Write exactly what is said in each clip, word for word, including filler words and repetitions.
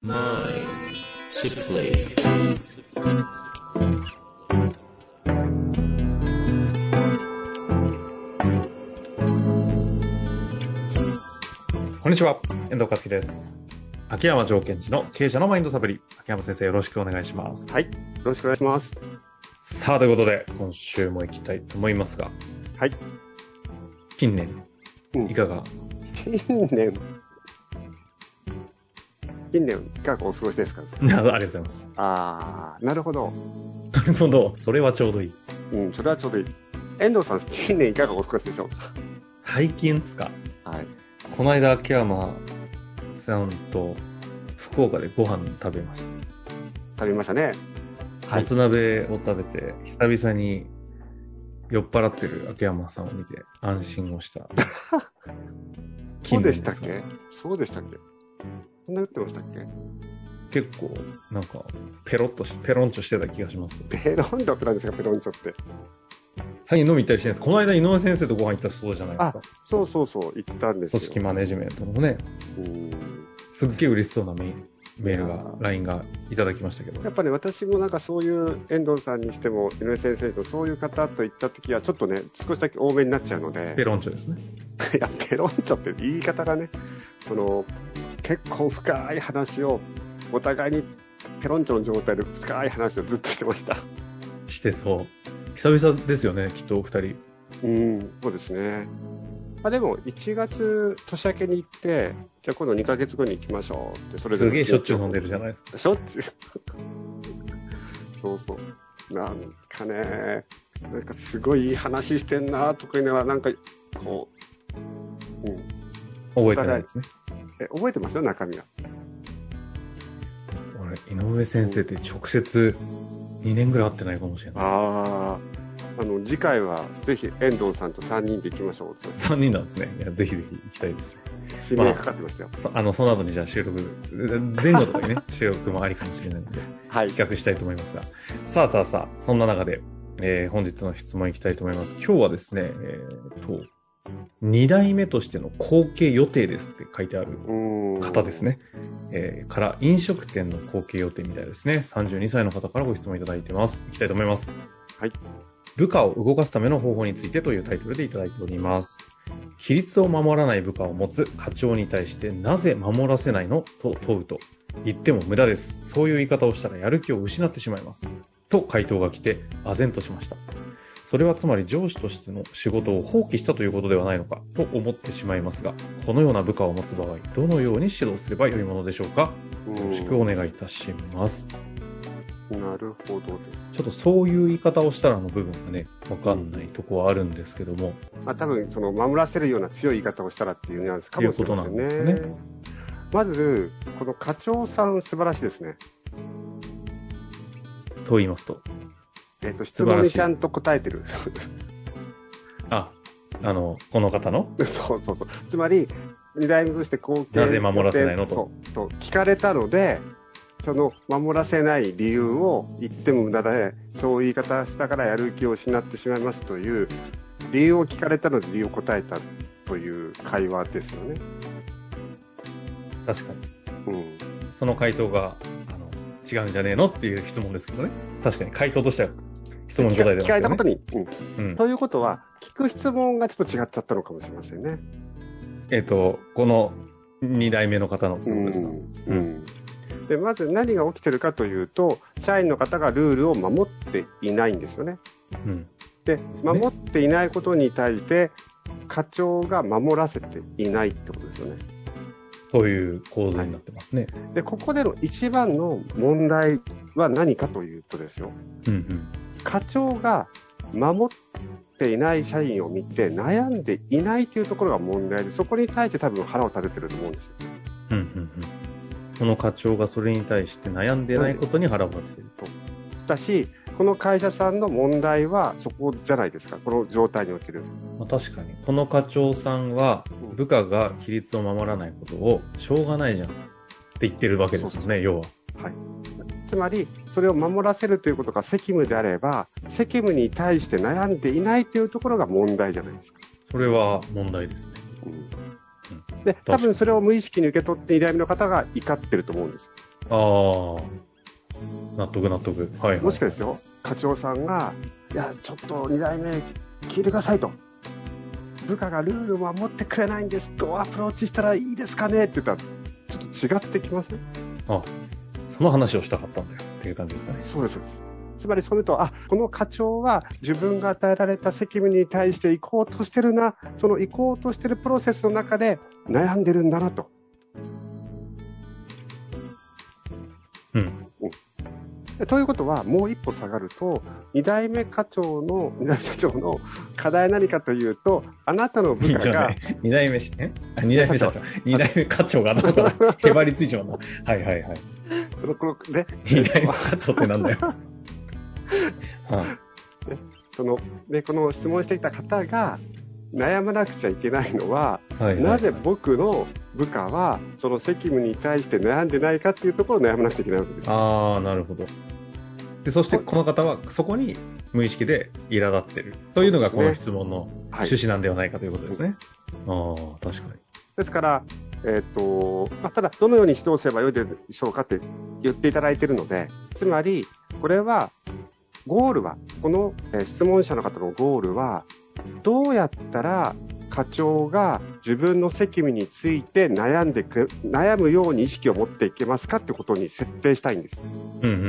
Mind to play. こんにちは、遠藤和樹です。秋山条件地の経営者のマインドサプリ。秋山先生、よろしくお願いします。 はい、よろしくお願いします。 さあ、ということで、今週も行きたいと思いますが。 はい。 近年、いかが、 うん、近年、近年、いかがお過ごしですか？ ありがとうございます。 あー、なるほど。 なるほど。それはちょうどいい。 うん、それはちょうどいい。遠藤さん、近年いかがお過ごしでしょうか？ 最近ですか？ はい。 この間、秋山さんと福岡でご飯食べました。 食べましたね。 はい。もつ鍋を食べて、久々に酔っ払ってる秋山さんを見て安心をした。 そうでしたっけ？そうでしたっけ？そんな言ってましたっけ？結構、なんか、ペロッとし、ペロンチョしてた気がします。 ペロンチョって何ですか、ペロンチョって。 最近飲み行ったりしてるんです。この間井上先生とご飯行ったそうじゃないですか。 あ、そうそうそう、行ったんですよ。 組織マネジメントのね。うん。すっげえ嬉しそうなメメールが、ライン がいただきましたけど。 やっぱり、ね、私もなんかそういう遠藤さんにしても井上先生とそういう方と行った時はちょっとね、少しだけ多めになっちゃうので。 ペロンチョですね。 いや、ペロンチョって言い方がね、その、結構深い話を、お互いにペロンチョの状態で深い話をずっとしてました。 してそう。久々ですよね、きっとお二人。 うん、そうですね。あ、でもいちがつ年明けに行って、じゃあ今度にかげつごに行きましょうって、それすげえしょっちゅう飲んでるじゃないですか。 しょっちゅう。そうそう。なんかね、なんかすごいいい話してんなとかいうのは、なんかこう、うん。 覚えてないですね。 え、覚えてますよ、中身は。 俺、井上先生って直接にねんぐらい会ってないかもしれない。 ああ。あの、次回はぜひ遠藤さんとさんにんで行きましょう。 さんにんなんですね。いや、ぜひぜひ行きたいです。 指名かかってましたよ。 まあ、そ, あのその後にじゃあ収録、前後とかにね、収録もありかもしれないので、はい、企画したいと思いますが。さあさあさあ、そんな中で、えー、本日の質問いきたいと思います。今日はですね、えー、と、に代目としての後継予定ですって書いてある方ですね。えー、から飲食店の後継予定みたいですね。さんじゅうにさいの方からご質問いただいてます。いきたいと思います。 はい。 部下を動かすための方法についてというタイトルでいただいております。規律を守らない部下を持つ課長に対してなぜ守らせないのと問うと、言っても無駄です。そういう言い方をしたらやる気を失ってしまいます。と回答が来て唖然としました。それはつまり上司としての仕事を放棄したということではないのかと思ってしまいますが、このような部下を持つ場合、どのように指導すればよいものでしょうか。よろしくお願いいたします。 なるほどです。 ちょっとそういう言い方をしたらの部分がね、わかんないとこはあるんですけども。 まあ多分、その守らせるような強い言い方をしたらっていうニュアンスかもしれませんね。 いうことなんですかね。 まず、この課長さん素晴らしいですね。 と言いますと。 えっと、質問にちゃんと答えてる。 あ、あの、この方のそうそうそう。つまり、二代目として後継なぜ守らせないのと。 そう、と聞かれたので、その守らせない理由を言っても無駄で、そういう言い方したからやる気を失ってしまいますという理由を聞かれたので理由を答えたという会話ですよね。 確かに。うん。その回答が、あの、違うんじゃねえのっていう質問ですけどね。確かに回答としては質問に答えてますよね。 聞かれたことに、うん。 うん。 ということは、聞く質問がちょっと違っちゃったのかもしれませんね。 えっと、このに代目の方のってことですか。うん。 うんで、まず何が起きてるかというと、社員の方がルールを守っていないんですよね。うん、で、守っていないことに対して、課長が守らせていないってことですよね。 という構図になってますね。 はい、で、ここでの一番の問題は何かというとですよ。うんうん、課長が守っていない社員を見て悩んでいないというところが問題で、そこに対して多分腹を立ててると思うんですよ。うんうんうんこの課長がそれに対して悩んでないことに腹を立てていると。 だし、この会社さんの問題はそこじゃないですか、この状態における。 まあ、確かに。この課長さんは、部下が規律を守らないことを、しょうがないじゃんって言ってるわけですよね、要は。はい。 つまり、それを守らせるということが責務であれば、責務に対して悩んでいないというところが問題じゃないですか。 それは問題ですね。うんで、多分それを無意識に受け取ってに代目の方が怒ってると思うんです。 ああ、納得納得。はい、はい。 もしかですよ、課長さんが、いや、ちょっとに代目聞いてくださいと。部下がルールを守ってくれないんです。どうアプローチしたらいいですかねって言ったら、ちょっと違ってきません？ あ、その話をしたかったんだよっていう感じですかね。 そうです、そうです。つまりそれと、あ、この課長は自分が与えられた責務に対して行こうとしてるな、その行こうとしてるプロセスの中で悩んでるんだなと。 うん。 うん、ということは、もう一歩下がると、に代目課長の、に代目社長の課題は何かというと、あなたの部下が、 に代目し、えあ、に代目社長、に代目課長が後からへばりついちゃうんだ。はいはいはい。 この、この、ね。 に代目課長ってなんだよ。はあ、 そのね、この質問してきた方が悩まなくちゃいけないのは、はいはいはい、なぜ僕の部下はその責務に対して悩んでないかっていうところを悩まなくちゃいけないわけです。 ああ、なるほど。で、そしてこの方はそこに無意識で苛立ってるというのがこの質問の趣旨なんではないかということですね。はい、ああ、確かに。 ですから、えーとまあ、ただどのように指導すればよいでしょうかって言っていただいているので、つまりこれはゴールは、この質問者の方のゴールは、どうやったら課長が自分の責務について悩んでくれ、悩むように意識を持っていけますかってことに設定したいんです。 うんうんうんうん。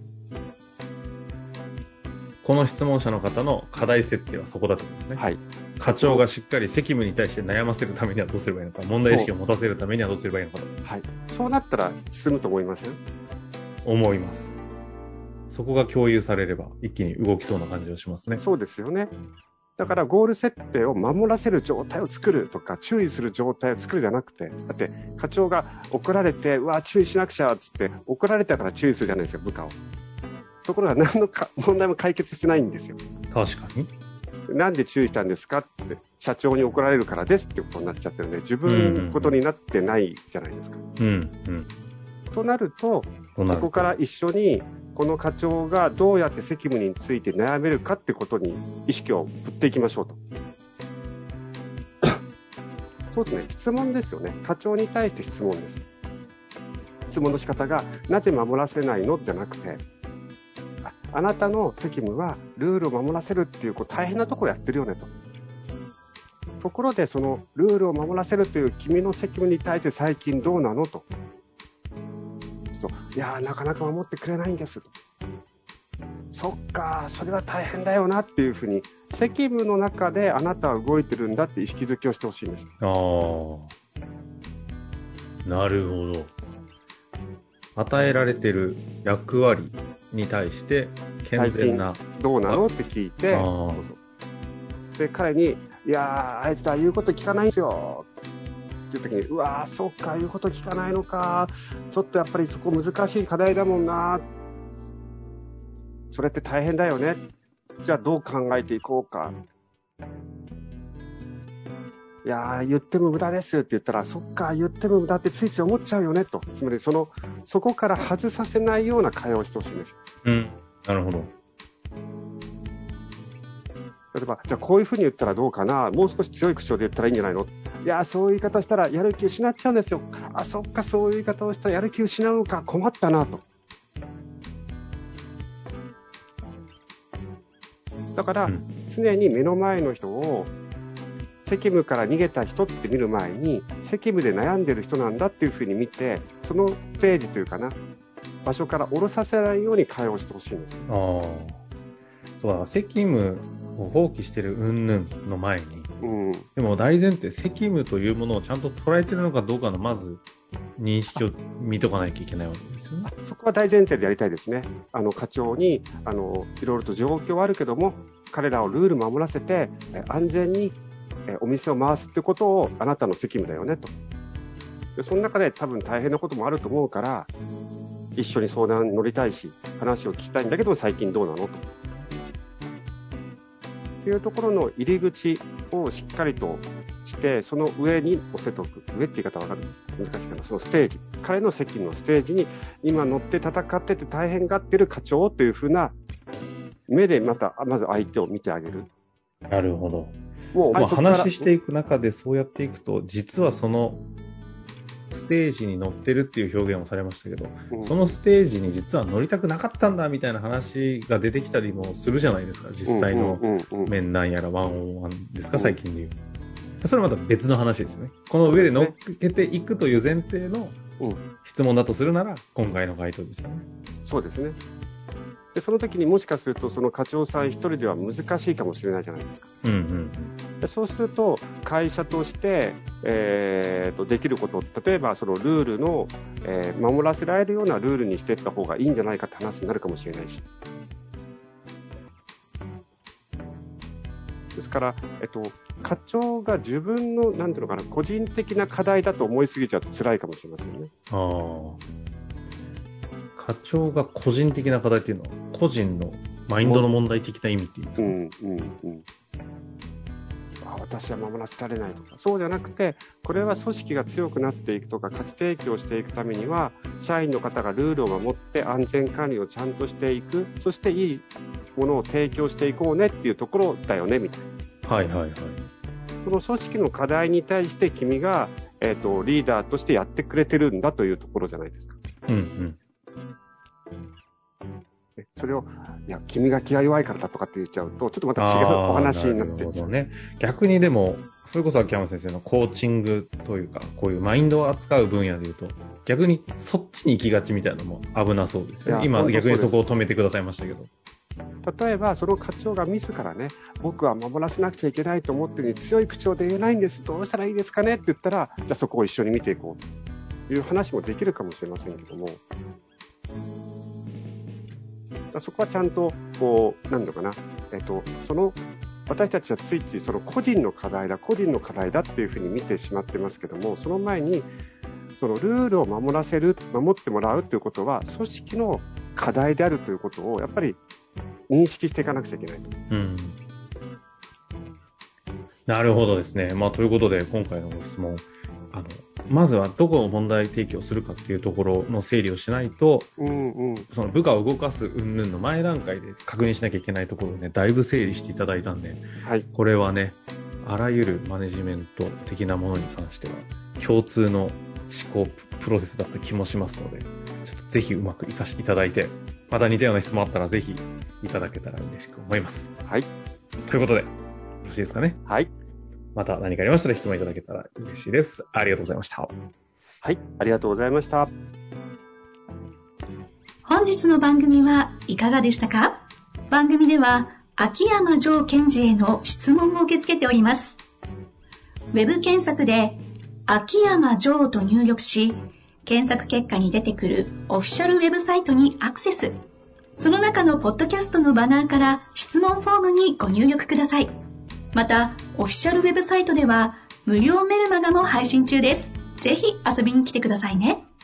この質問者の方の課題設定はそこだと思うんですね。 はい。 課長がしっかり責務に対して悩ませるためにはどうすればいいのか、問題意識を持たせるためにはどうすればいいのかと。 はい。そうなったら進むと思いません？ 思います。そこが共有されれば一気に動きそうな感じがしますね。 そうですよね。だからゴール設定を守らせる状態を作るとか注意する状態を作るじゃなくて、だって課長が怒られて、うわ注意しなくちゃっつって怒られたから注意するじゃないですか、部下を。ところが何のか問題も解決してないんですよ。 確かに。 なんで注意したんですかって社長に怒られるからですってことになっちゃってるんで、自分のことになってないじゃないですか。 うんうん。 となると、ここから一緒にこの課長がどうやって責務について悩めるかってことに意識を振っていきましょうと。そうですね、質問ですよね。課長に対して質問です。質問の仕方が、なぜ守らせないのじゃなくて、あ、あなたの責務はルールを守らせるっていう、こう大変なところやってるよねと。ところで、そのルールを守らせるという君の責務に対して最近どうなのと。いやー、なかなか守ってくれないんですと。そっか、それは大変だよなっていうふうに、責務の中であなたは動いてるんだって意識づけをしてほしいんです。 ああ、なるほど。与えられてる役割に対して健全な。 最近どうなのって聞いて、そうそうで彼に、いやー、あいつは言うこと聞かないんですよっていう時に、うわー、そっか、言うこと聞かないのか、ちょっとやっぱりそこ難しい課題だもんな、それって大変だよね、じゃあどう考えていこうか、いやー、言っても無駄ですって言ったら、そっか、言っても無駄ってついつい思っちゃうよねと。つまりそのそこから外させないような会話をしてほしいんです。 うん、なるほど。 例えば、じゃあこういうふうに言ったらどうかな、もう少し強い口調で言ったらいいんじゃないの、いや、そういう言い方したらやる気失っちゃうんですよ、あ、そっか、そういう言い方をしたらやる気失うのか、困ったなと。だから、うん、常に目の前の人を責務から逃げた人って見る前に、責務で悩んでる人なんだっていうふうに見て、そのページというかな、場所から下ろさせないように会話をしてほしいんです。 ああ、そうだ、責務を放棄してる云々の前に、うん、でも大前提、責務というものをちゃんと捉えてるのかどうかのまず認識を見とかないといけないわけですよね。 そこは大前提でやりたいですね。あの課長にあのいろいろと状況はあるけども、彼らをルール守らせて安全にお店を回すってことをあなたの責務だよねと。でその中で多分大変なこともあると思うから、一緒に相談に乗りたいし、話を聞きたいんだけど最近どうなのと。というところの入り口をしっかりとして、その上に乗せておく。上って言い方わかる？難しいかな。そのステージ。彼の責務のステージに今乗って戦ってて大変がってる課長というふうな目でまた、まず相手を見てあげる。 なるほど。もう、まあ、話していく中でそうやっていくと、実はそのステージに乗ってるっていう表現をされましたけど、うん、そのステージに実は乗りたくなかったんだみたいな話が出てきたりもするじゃないですか。実際の面談やらワンオンワンですか、最近で言う。それはまた別の話ですね。この上で乗っけていくという前提の質問だとするなら、今回の回答ですよね。 そうですね。でその時にもしかするとその課長さん一人では難しいかもしれないじゃないですか。うんうん、でそうすると会社として、えー、とできること、例えばそのルールの、えー、守らせられるようなルールにしていった方がいいんじゃないかって話になるかもしれないし、ですから、えっと、課長が自分のなんていうのかな、個人的な課題だと思いすぎちゃうと辛いかもしれませんね。あ課長が個人的な課題っていうのは個人のマインドの問題的な意味っていうんですか？うんうんうん。あ、私は守らせられないとか、そうじゃなくて、これは組織が強くなっていくとか価値提供していくためには社員の方がルールを守って安全管理をちゃんとしていく、そしていいものを提供していこうねっていうところだよねみたいな。はいはいはい。その組織の課題に対して君が、えーと、リーダーとしてやってくれてるんだというところじゃないですか。うんうん。それを、いや、君が気が弱いからだとかって言っちゃうと、ちょっとまた違うお話になっていっちゃう。ね。 逆にでも、それこそ秋山先生のコーチングというか、こういうマインドを扱う分野で言うと、逆にそっちに行きがちみたいなのも危なそうですよね。今、逆にそこを止めてくださいましたけど。 例えば、その課長が自らね、僕は守らせなくちゃいけないと思ってるのに強い口調で言えないんです。どうしたらいいですかねって言ったら、じゃあそこを一緒に見ていこうという話もできるかもしれませんけども、そこはちゃんと、こう、なんだかな、えっと、その、私たちはついついその個人の課題だ、個人の課題だっていうふうに見てしまってますけども、その前に、そのルールを守らせる、守ってもらうということは、組織の課題であるということを、やっぱり認識していかなくちゃいけないと思います。うん。 なるほどですね。まあ、ということで、今回のご質問、あの、まずはどこを問題提起をするかっていうところの整理をしないと、うんうん、その部下を動かす云々の前段階で確認しなきゃいけないところをね、だいぶ整理していただいたんで、はい、これはね、あらゆるマネジメント的なものに関しては共通の思考プロセスだった気もしますので、ちょっとぜひうまく活かしていただいて、また似たような質問あったらぜひいただけたら嬉しく思います。はい。ということで、よろしいですかね。はい。また何かありましたら質問いただけたら嬉しいです。ありがとうございました。 はい、ありがとうございました。 本日の番組はいかがでしたか？番組では秋山城賢治への質問を受け付けております。ウェブ検索で秋山城と入力し、検索結果に出てくるオフィシャルウェブサイトにアクセス。その中のポッドキャストのバナーから質問フォームにご入力ください。また、オフィシャルウェブサイトでは無料メルマガも配信中です。ぜひ遊びに来てくださいね。